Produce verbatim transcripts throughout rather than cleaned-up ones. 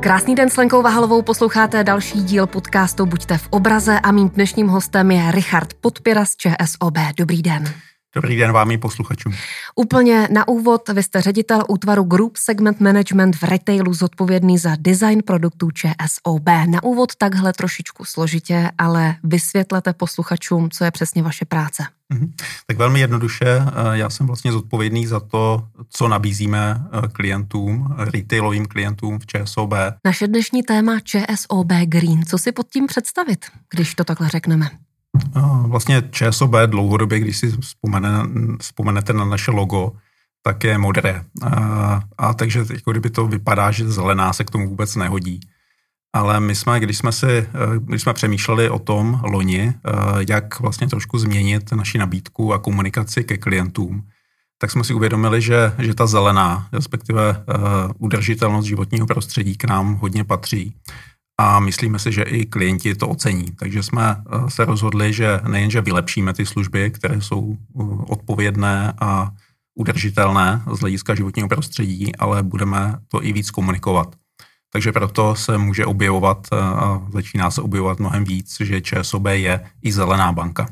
Krásný den s Lenkou Vahalovou, posloucháte další díl podcastu Buďte v obraze a mým dnešním hostem je Richard Podpěra z ČSOB. Dobrý den. Dobrý den vám i posluchačům. Úplně na úvod, vy jste ředitel útvaru Group Segment Management v retailu zodpovědný za design produktů ČSOB. Na úvod takhle trošičku složitě, ale vysvětlete posluchačům, co je přesně vaše práce. Mhm. Tak velmi jednoduše, já jsem vlastně zodpovědný za to, co nabízíme klientům, retailovým klientům v ČSOB. Naše dnešní téma ČSOB Green. Co si pod tím představit, když to takhle řekneme? Vlastně ČSOB dlouhodobě, když si vzpomene, vzpomenete na naše logo, tak je modré. A, a takže jako kdyby to vypadá, že zelená se k tomu vůbec nehodí. Ale my jsme, když jsme, si, když jsme přemýšleli o tom loni, jak vlastně trošku změnit naši nabídku a komunikaci ke klientům, tak jsme si uvědomili, že, že ta zelená, respektive udržitelnost životního prostředí k nám hodně patří. A myslíme si, že i klienti to ocení. Takže jsme se rozhodli, že nejenže vylepšíme ty služby, které jsou odpovědné a udržitelné z hlediska životního prostředí, ale budeme to i víc komunikovat. Takže proto se může objevovat a začíná se objevovat mnohem víc, že ČSOB je i zelená banka.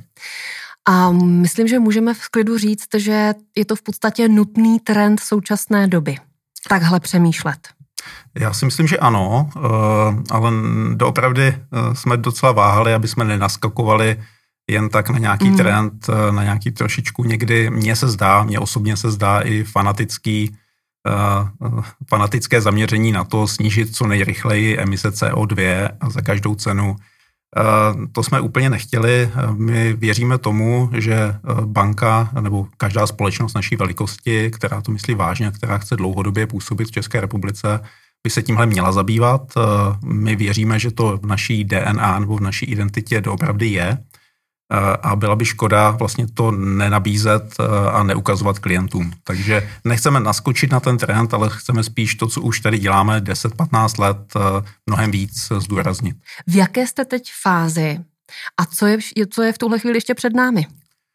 A myslím, že můžeme v klidu říct, že je to v podstatě nutný trend současné doby. Takhle přemýšlet. Já si myslím, že ano, ale doopravdy jsme docela váhali, aby jsme nenaskakovali jen tak na nějaký mm. trend, na nějaký trošičku někdy, mně se zdá, mně osobně se zdá i fanatický, fanatické zaměření na to snížit co nejrychleji emise C O dva a za každou cenu. To jsme úplně nechtěli. My věříme tomu, že banka nebo každá společnost naší velikosti, která to myslí vážně, která chce dlouhodobě působit v České republice, by se tímhle měla zabývat. My věříme, že to v naší D N A nebo v naší identitě doopravdy je a byla by škoda vlastně to nenabízet a neukazovat klientům. Takže nechceme naskočit na ten trend, ale chceme spíš to, co už tady děláme deset patnáct let, mnohem víc zdůraznit. V jaké jste teď fázi a co je, co je v tuhle chvíli ještě před námi?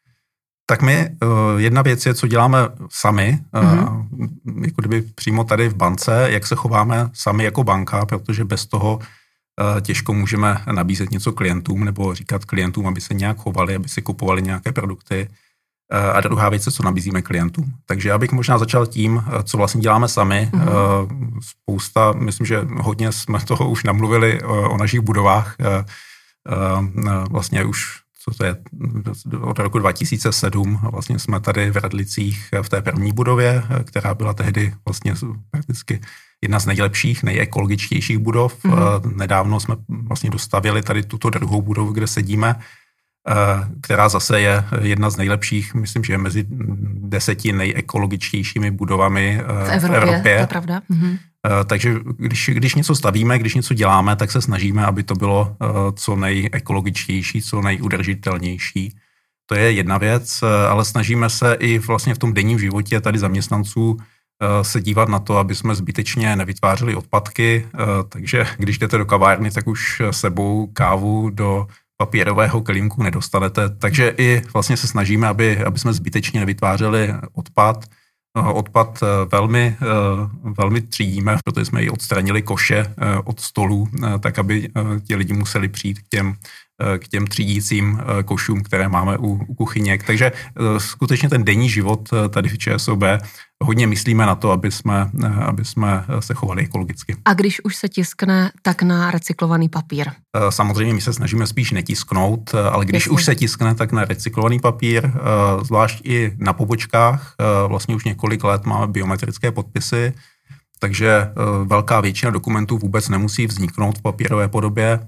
Tak my, jedna věc je, co děláme sami, mm-hmm. jako kdyby přímo tady v bance, jak se chováme sami jako banka, protože bez toho těžko můžeme nabízet něco klientům nebo říkat klientům, aby se nějak chovali, aby si kupovali nějaké produkty. A druhá věc je, co nabízíme klientům. Takže já bych možná začal tím, co vlastně děláme sami. Mm-hmm. Spousta, myslím, že hodně jsme toho už namluvili o našich budovách. Vlastně už co to je, od roku dva tisíce sedm vlastně jsme tady v Radlicích v té první budově, která byla tehdy vlastně prakticky jedna z nejlepších, nejekologičtějších budov. Mm-hmm. Nedávno jsme vlastně dostavili tady tuto druhou budovu, kde sedíme, která zase je jedna z nejlepších, myslím, že je mezi deseti nejekologičtějšími budovami v Evropě. V Evropě. To je pravda. Mm-hmm. Takže když, když něco stavíme, když něco děláme, tak se snažíme, aby to bylo co nejekologičtější, co nejudržitelnější. To je jedna věc, ale snažíme se i vlastně v tom denním životě tady zaměstnanců se dívat na to, aby jsme zbytečně nevytvářeli odpadky, takže když jdete do kavárny, tak už sebou kávu do papírového kelímku nedostanete, takže i vlastně se snažíme, aby, aby jsme zbytečně nevytvářeli odpad. Odpad velmi, velmi třídíme, protože jsme i odstranili koše od stolů, tak aby ti lidi museli přijít k těm, k těm třídícím košům, které máme u, u kuchyněk. Takže skutečně ten denní život tady v ČSOB hodně myslíme na to, aby jsme, aby jsme se chovali ekologicky. A když už se tiskne, tak na recyklovaný papír? Samozřejmě my se snažíme spíš netisknout, ale když Jasně. už se tiskne, tak na recyklovaný papír, zvlášť i na pobočkách. Vlastně už několik let máme biometrické podpisy, takže velká většina dokumentů vůbec nemusí vzniknout v papírové podobě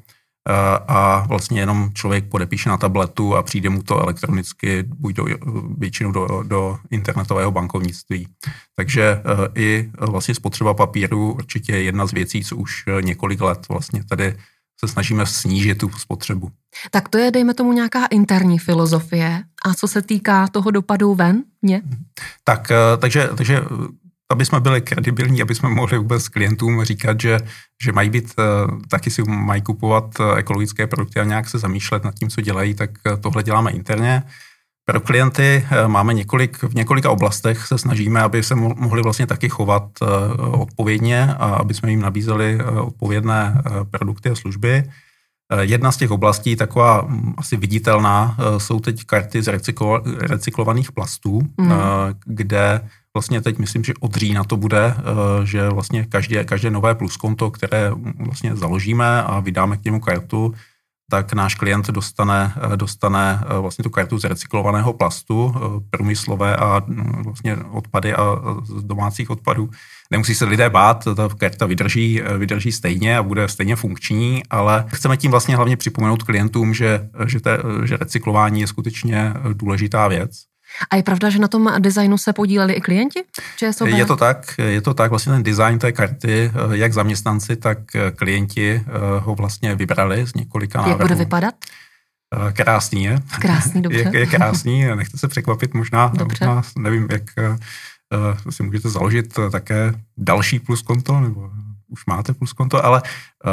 a vlastně jenom člověk podepíše na tabletu a přijde mu to elektronicky, buď do, většinou do, do internetového bankovnictví. Takže i vlastně spotřeba papíru určitě je jedna z věcí, co už několik let vlastně tady se snažíme snížit tu spotřebu. Tak to je, dejme tomu, nějaká interní filozofie. A co se týká toho dopadu ven? Ne? Tak, takže, takže aby jsme byli kredibilní, aby jsme mohli vůbec klientům říkat, že, že mají být, taky si mají kupovat ekologické produkty a nějak se zamýšlet nad tím, co dělají, tak tohle děláme interně. Pro klienty máme několik, v několika oblastech se snažíme, aby se mohli vlastně taky chovat odpovědně a aby jsme jim nabízeli odpovědné produkty a služby. Jedna z těch oblastí, taková asi viditelná, jsou teď karty z recyklo, recyklovaných plastů, mm. kde vlastně teď myslím, že od října to bude, že vlastně každé, každé nové pluskonto, které vlastně založíme a vydáme k němu kartu, tak náš klient dostane, dostane vlastně tu kartu z recyklovaného plastu, průmyslové a vlastně odpady a z domácích odpadů. Nemusí se lidé bát, ta karta vydrží, vydrží stejně a bude stejně funkční, ale chceme tím vlastně hlavně připomenout klientům, že, že, te, že recyklování je skutečně důležitá věc. A je pravda, že na tom designu se podíleli i klienti? ČSOB? Je to tak, je to tak, vlastně ten design té karty, jak zaměstnanci, tak klienti ho vlastně vybrali z několika návrhů. Jak bude vypadat? Krásný je. Krásný, dobře. Je, je krásný, nechte se překvapit, možná, možná nevím, jak uh, si můžete založit také další pluskonto, nebo už máte pluskonto, ale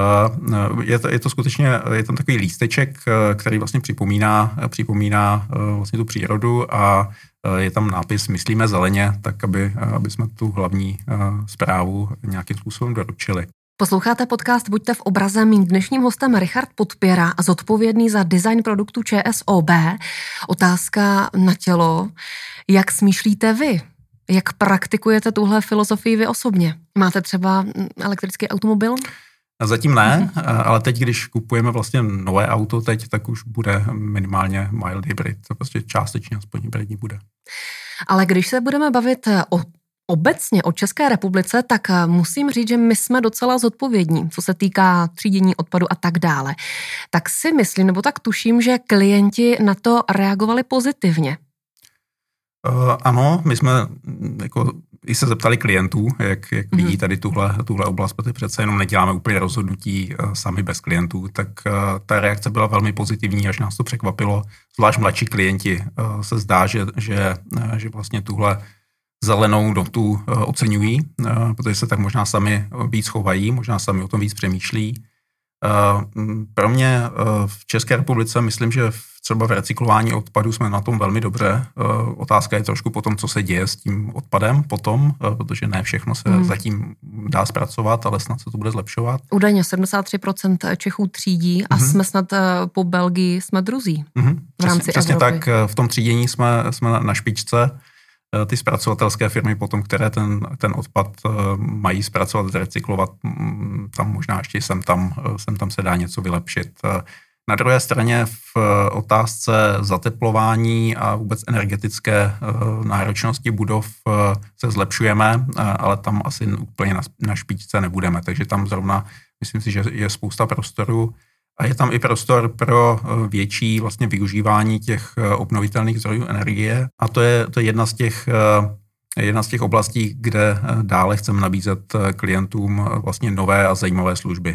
uh, je, to, je to skutečně, je tam takový lísteček, který vlastně připomíná, připomíná uh, vlastně tu přírodu a uh, je tam nápis Myslíme zeleně, tak aby, uh, aby jsme tu hlavní uh, zprávu nějakým způsobem doručili. Posloucháte podcast Buďte v obraze. Mým dnešním hostem Richard Podpěra, zodpovědný za design produktu ČSOB. Otázka na tělo. Jak smýšlíte vy? Jak praktikujete tuhle filozofii vy osobně? Máte třeba elektrický automobil? Zatím ne, uh-huh. ale teď, když kupujeme vlastně nové auto teď, tak už bude minimálně mild hybrid. To prostě částečně aspoň hybridní bude. Ale když se budeme bavit o obecně o České republice, tak musím říct, že my jsme docela zodpovědní, co se týká třídění odpadu a tak dále. Tak si myslím, nebo tak tuším, že klienti na to reagovali pozitivně. Uh, ano, my jsme jako i se zeptali klientů, jak, jak vidí tady tuhle, tuhle oblast, protože přece jenom neděláme úplně rozhodnutí uh, sami bez klientů, tak uh, ta reakce byla velmi pozitivní, až nás to překvapilo. Zvlášť mladší klienti uh, se zdá, že, že, uh, že vlastně tuhle zelenou notu uh, oceňují, uh, protože se tak možná sami víc chovají, možná sami o tom víc přemýšlí. Uh, pro mě uh, v České republice myslím, že v, třeba v recyklování odpadů jsme na tom velmi dobře. Uh, otázka je trošku potom, co se děje s tím odpadem potom, uh, protože ne všechno se hmm. zatím dá zpracovat, ale snad se to bude zlepšovat. Údajně sedmdesát tři procent Čechů třídí a hmm. jsme snad uh, po Belgii jsme druzí hmm. v rámci Přesně Evropy. tak, v tom třídění jsme, jsme na, na špičce. Ty zpracovatelské firmy potom, které ten, ten odpad mají zpracovat, zrecyklovat, tam možná ještě sem tam, sem tam se dá něco vylepšit. Na druhé straně v otázce zateplování a vůbec energetické náročnosti budov se zlepšujeme, ale tam asi úplně na, na špičce nebudeme, takže tam zrovna myslím si, že je spousta prostoru. A je tam i prostor pro větší vlastně využívání těch obnovitelných zdrojů energie. A to je, to je jedna z těch, jedna z těch oblastí, kde dále chceme nabízet klientům vlastně nové a zajímavé služby.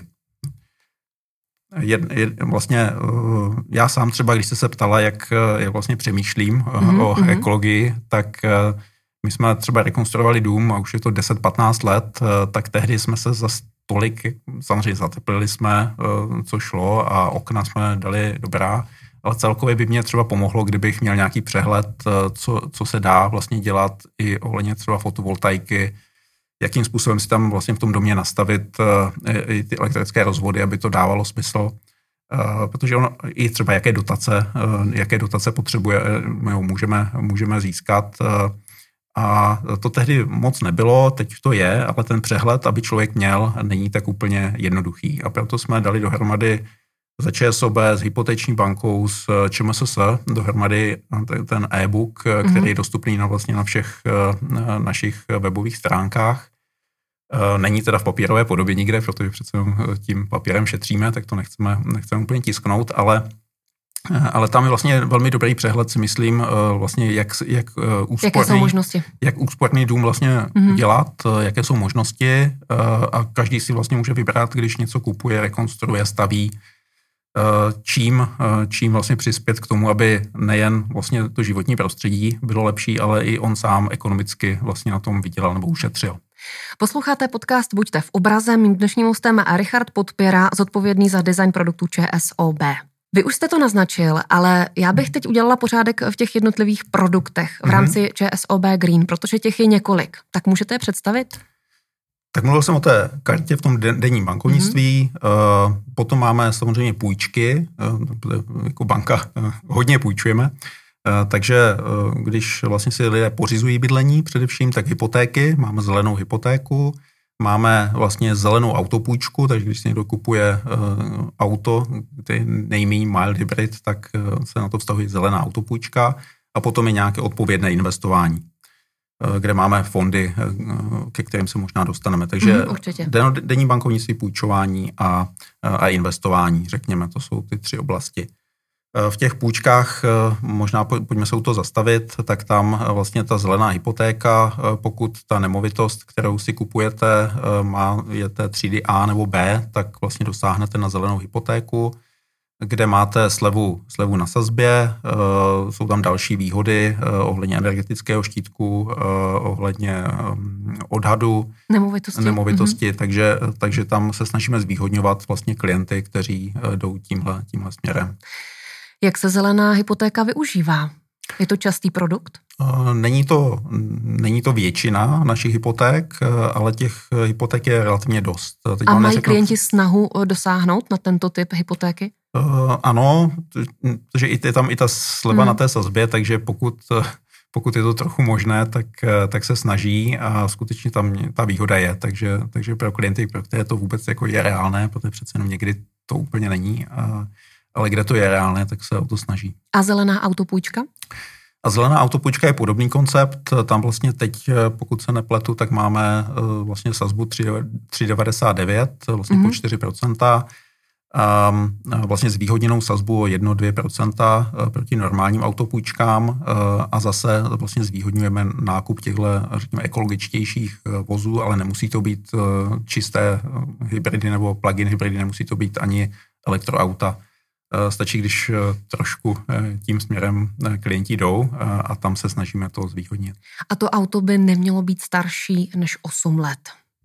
Je, je, vlastně já sám třeba, když jste se ptala, jak, jak vlastně přemýšlím mm-hmm. o ekologii, tak my jsme třeba rekonstruovali dům a už je to deset patnáct let, tak tehdy jsme se zase tolik, samozřejmě zateplili jsme, co šlo a okna jsme dali dobrá, ale celkově by mě třeba pomohlo, kdybych měl nějaký přehled, co, co se dá vlastně dělat i ohledně třeba fotovoltaiky, jakým způsobem si tam vlastně v tom domě nastavit i ty elektrické rozvody, aby to dávalo smysl, protože ono, i třeba jaké dotace, jaké dotace potřebuje, můžeme, můžeme získat. A to tehdy moc nebylo, teď to je, ale ten přehled, aby člověk měl, není tak úplně jednoduchý. A proto jsme dali dohromady za ČSOB s hypoteční bankou, s ČMSS, dohromady ten e-book, který mm-hmm. je dostupný na, vlastně na všech na našich webových stránkách. Není teda v papírové podobě nikde, protože přece tím papírem šetříme, tak to nechceme, nechceme úplně tisknout, ale Ale tam je vlastně velmi dobrý přehled, si myslím, vlastně jak, jak, úsporný, jak úsporný dům vlastně mm-hmm. dělat, jaké jsou možnosti a každý si vlastně může vybrat, když něco kupuje, rekonstruuje, staví, čím, čím vlastně přispět k tomu, aby nejen vlastně to životní prostředí bylo lepší, ale i on sám ekonomicky vlastně na tom vydělal nebo ušetřil. Posloucháte podcast Buďte v obraze. Mým dnešním hostem je Richard Podpěra, zodpovědný za design produktu ČSOB. Vy už jste to naznačil, ale já bych teď udělala pořádek v těch jednotlivých produktech v rámci mm-hmm. ČSOB Green, protože těch je několik. Tak můžete je představit? Tak mluvil jsem o té kartě v tom denním bankovnictví, mm-hmm. potom máme samozřejmě půjčky, jako banka hodně půjčujeme, takže když vlastně si lidé pořizují bydlení především, tak hypotéky, máme zelenou hypotéku, máme vlastně zelenou autopůjčku, takže když si někdo kupuje auto, ty nejméně mild hybrid, tak se na to vztahuje zelená autopůjčka a potom je nějaké odpovědné investování, kde máme fondy, ke kterým se možná dostaneme. Takže mm, denní bankovnictví, půjčování a, a investování, řekněme, to jsou ty tři oblasti. V těch půjčkách, možná pojďme se u toho zastavit, tak tam vlastně ta zelená hypotéka, pokud ta nemovitost, kterou si kupujete, má, je té třídy A nebo B, tak vlastně dosáhnete na zelenou hypotéku, kde máte slevu, slevu na sazbě, jsou tam další výhody ohledně energetického štítku, ohledně odhadu nemovitosti, nemovitosti mm-hmm. takže, takže tam se snažíme zvýhodňovat vlastně klienty, kteří jdou tímhle, tímhle směrem. Jak se zelená hypotéka využívá? Je to častý produkt? Není to, není to většina našich hypoték, ale těch hypoték je relativně dost. Teď a mají neřeknu... klienti snahu dosáhnout na tento typ hypotéky? Uh, ano, protože je tam i ta sleva hmm. na té sazbě, takže pokud, pokud je to trochu možné, tak, tak se snaží a skutečně tam ta výhoda je. Takže, takže pro klienty, pro které to vůbec jako je reálné, protože přece jenom někdy to úplně není, a, ale kde to je reálné, tak se o to snaží. A zelená autopůjčka? A zelená autopůjčka je podobný koncept. Tam vlastně teď, pokud se nepletu, tak máme vlastně sazbu tři celá devadesát devět, vlastně mm-hmm. po čtyři procenta. A vlastně zvýhodněnou sazbu o jedna až dvě procenta proti normálním autopůjčkám a zase vlastně zvýhodňujeme nákup těchto, řekněme, ekologičtějších vozů, ale nemusí to být čisté hybridy nebo plug-in hybridy, nemusí to být ani elektroauta. Stačí, když trošku tím směrem klienti jdou a tam se snažíme to zvýhodnit. A to auto by nemělo být starší než osm let?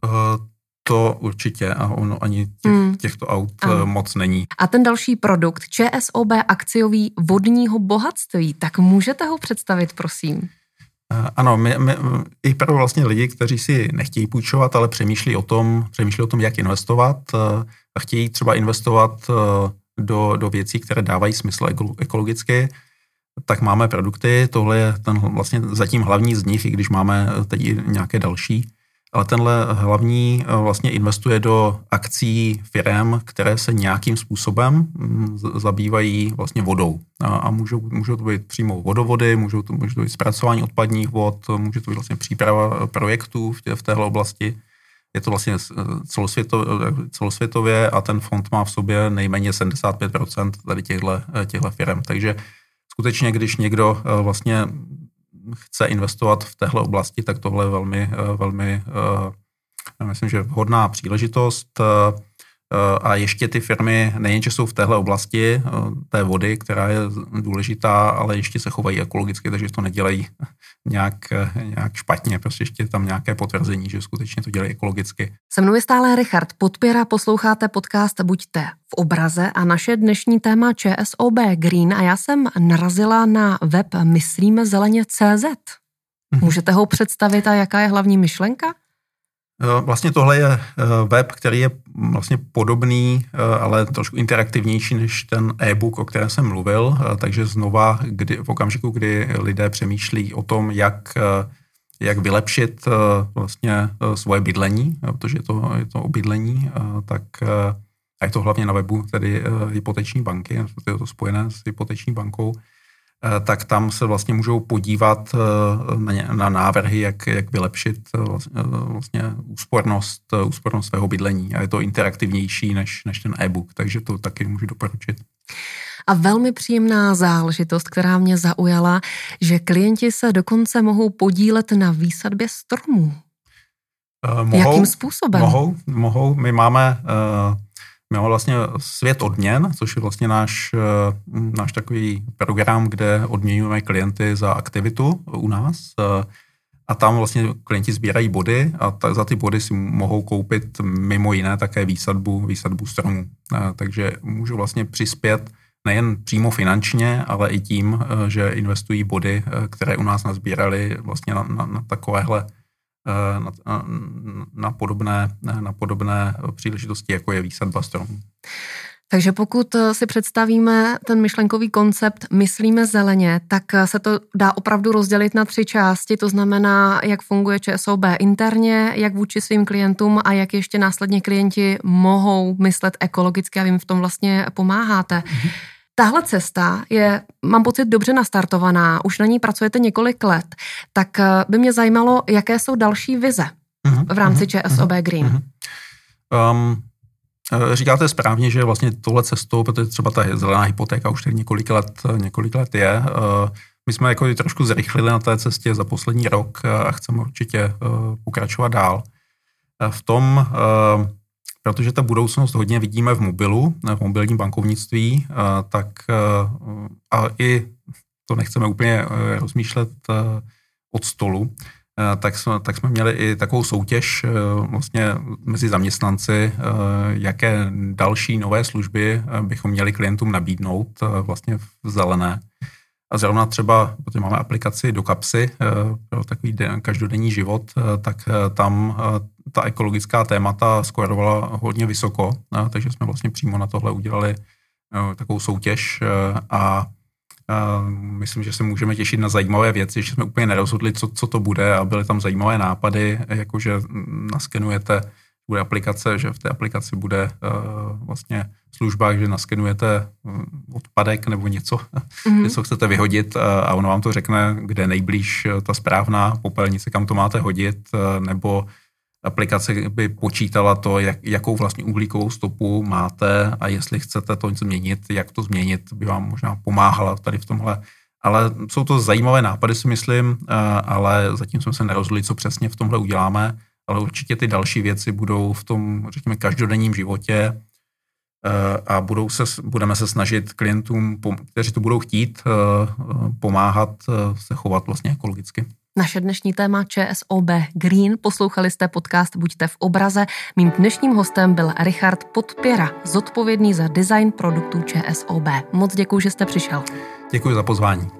To určitě a ono ani těch, hmm. těchto aut ano. moc není. A ten další produkt, ČSOB akciový vodního bohatství, tak můžete ho představit, prosím? Ano, my, my, i pro vlastně lidi, kteří si nechtějí půjčovat, ale přemýšlí o tom, přemýšlí o tom, jak investovat a chtějí třeba investovat do, do věcí, které dávají smysl ekologicky, tak máme produkty. Tohle je ten vlastně zatím hlavní z nich, i když máme teď i nějaké další. Ale tenhle hlavní vlastně investuje do akcí firem, které se nějakým způsobem zabývají vlastně vodou. A můžou, můžou to být přímo vodovody, můžou to, můžou to být zpracování odpadních vod, může to být vlastně příprava projektů v, tě, v téhle oblasti. Je to vlastně celosvětově, celosvětově a ten fond má v sobě nejméně sedmdesát pět procent tady těchto, těchto firem. Takže skutečně, když někdo vlastně chce investovat v téhle oblasti, tak tohle je velmi, velmi, myslím, že vhodná příležitost. A ještě ty firmy nejenže jsou v téhle oblasti té vody, která je důležitá, ale ještě se chovají ekologicky, takže to nedělají nějak, nějak špatně. Prostě ještě tam nějaké potvrzení, že skutečně to dělají ekologicky. Se mnou je stále Richard Podpěra, posloucháte podcast Buďte v obraze a naše dnešní téma ČSOB Green a já jsem narazila na web myslíme zeleně tečka cé zet. Můžete ho představit a jaká je hlavní myšlenka? Vlastně tohle je web, který je vlastně podobný, ale trošku interaktivnější než ten e-book, o kterém jsem mluvil, takže znova kdy, v okamžiku, kdy lidé přemýšlí o tom, jak, jak vylepšit vlastně svoje bydlení, protože je to, je to o bydlení, tak a je to hlavně na webu tedy hypoteční banky, je to spojené s hypoteční bankou, tak tam se vlastně můžou podívat na, na návrhy, jak, jak vylepšit vlastně úspornost, úspornost svého bydlení. A je to interaktivnější než, než ten e-book, takže to taky můžu doporučit. A velmi příjemná záležitost, která mě zaujala, že klienti se dokonce mohou podílet na výsadbě stromů. Uh, mohou, Jakým způsobem? Mohou, mohou. My máme... Uh, My máme vlastně svět odměn, což je vlastně náš, náš takový program, kde odměňujeme klienty za aktivitu u nás. A tam vlastně klienti sbírají body a ta, za ty body si mohou koupit mimo jiné také výsadbu, výsadbu stromů. Takže můžu vlastně přispět nejen přímo finančně, ale i tím, že investují body, které u nás nazbírali vlastně na, na, na takovéhle Na, na, na, podobné, na podobné příležitosti, jako je výsadba stromů. Takže pokud si představíme ten myšlenkový koncept myslíme zeleně, tak se to dá opravdu rozdělit na tři části, to znamená, jak funguje ČSOB interně, jak vůči svým klientům a jak ještě následně klienti mohou myslet ekologicky a vy jim v tom vlastně pomáháte. Mm-hmm. Tahle cesta je, mám pocit, dobře nastartovaná, už na ní pracujete několik let, tak by mě zajímalo, jaké jsou další vize v rámci ČSOB Green. Um, říkáte správně, že vlastně tohle cestou, protože třeba ta zelená hypotéka už tady několik let, několik let je. My jsme jako trošku zrychlili na té cestě za poslední rok a chceme určitě pokračovat dál. V tom, protože ta budoucnost hodně vidíme v mobilu, v mobilním bankovnictví, tak a i to nechceme úplně rozmýšlet od stolu, tak jsme, tak jsme měli i takovou soutěž vlastně mezi zaměstnanci, jaké další nové služby bychom měli klientům nabídnout vlastně v zelené. A zrovna třeba, protože máme aplikaci do kapsy pro takový den, každodenní život, tak tam ta ekologická témata skórovala hodně vysoko, takže jsme vlastně přímo na tohle udělali takovou soutěž a myslím, že se můžeme těšit na zajímavé věci, že jsme úplně nerozhodli, co, co to bude a byly tam zajímavé nápady, jakože naskenujete, bude aplikace, že v té aplikaci bude uh, vlastně služba, že naskenujete odpadek nebo něco, mm-hmm. něco chcete vyhodit uh, a ono vám to řekne, kde nejblíž ta správná popelnice, kam to máte hodit, uh, nebo aplikace by počítala to, jak, jakou vlastně uhlíkovou stopu máte a jestli chcete to něco změnit, jak to změnit, by vám možná pomáhala tady v tomhle. Ale jsou to zajímavé nápady, si myslím, ale zatím jsme se nerozhodli, co přesně v tomhle uděláme, ale určitě ty další věci budou v tom, řekněme, každodenním životě a budou se, budeme se snažit klientům, kteří to budou chtít, pomáhat se chovat vlastně ekologicky. Naše dnešní téma ČSOB Green. Poslouchali jste podcast Buďte v obraze. Mým dnešním hostem byl Richard Podpěra, zodpovědný za design produktů ČSOB. Moc děkuji, že jste přišel. Děkuji za pozvání.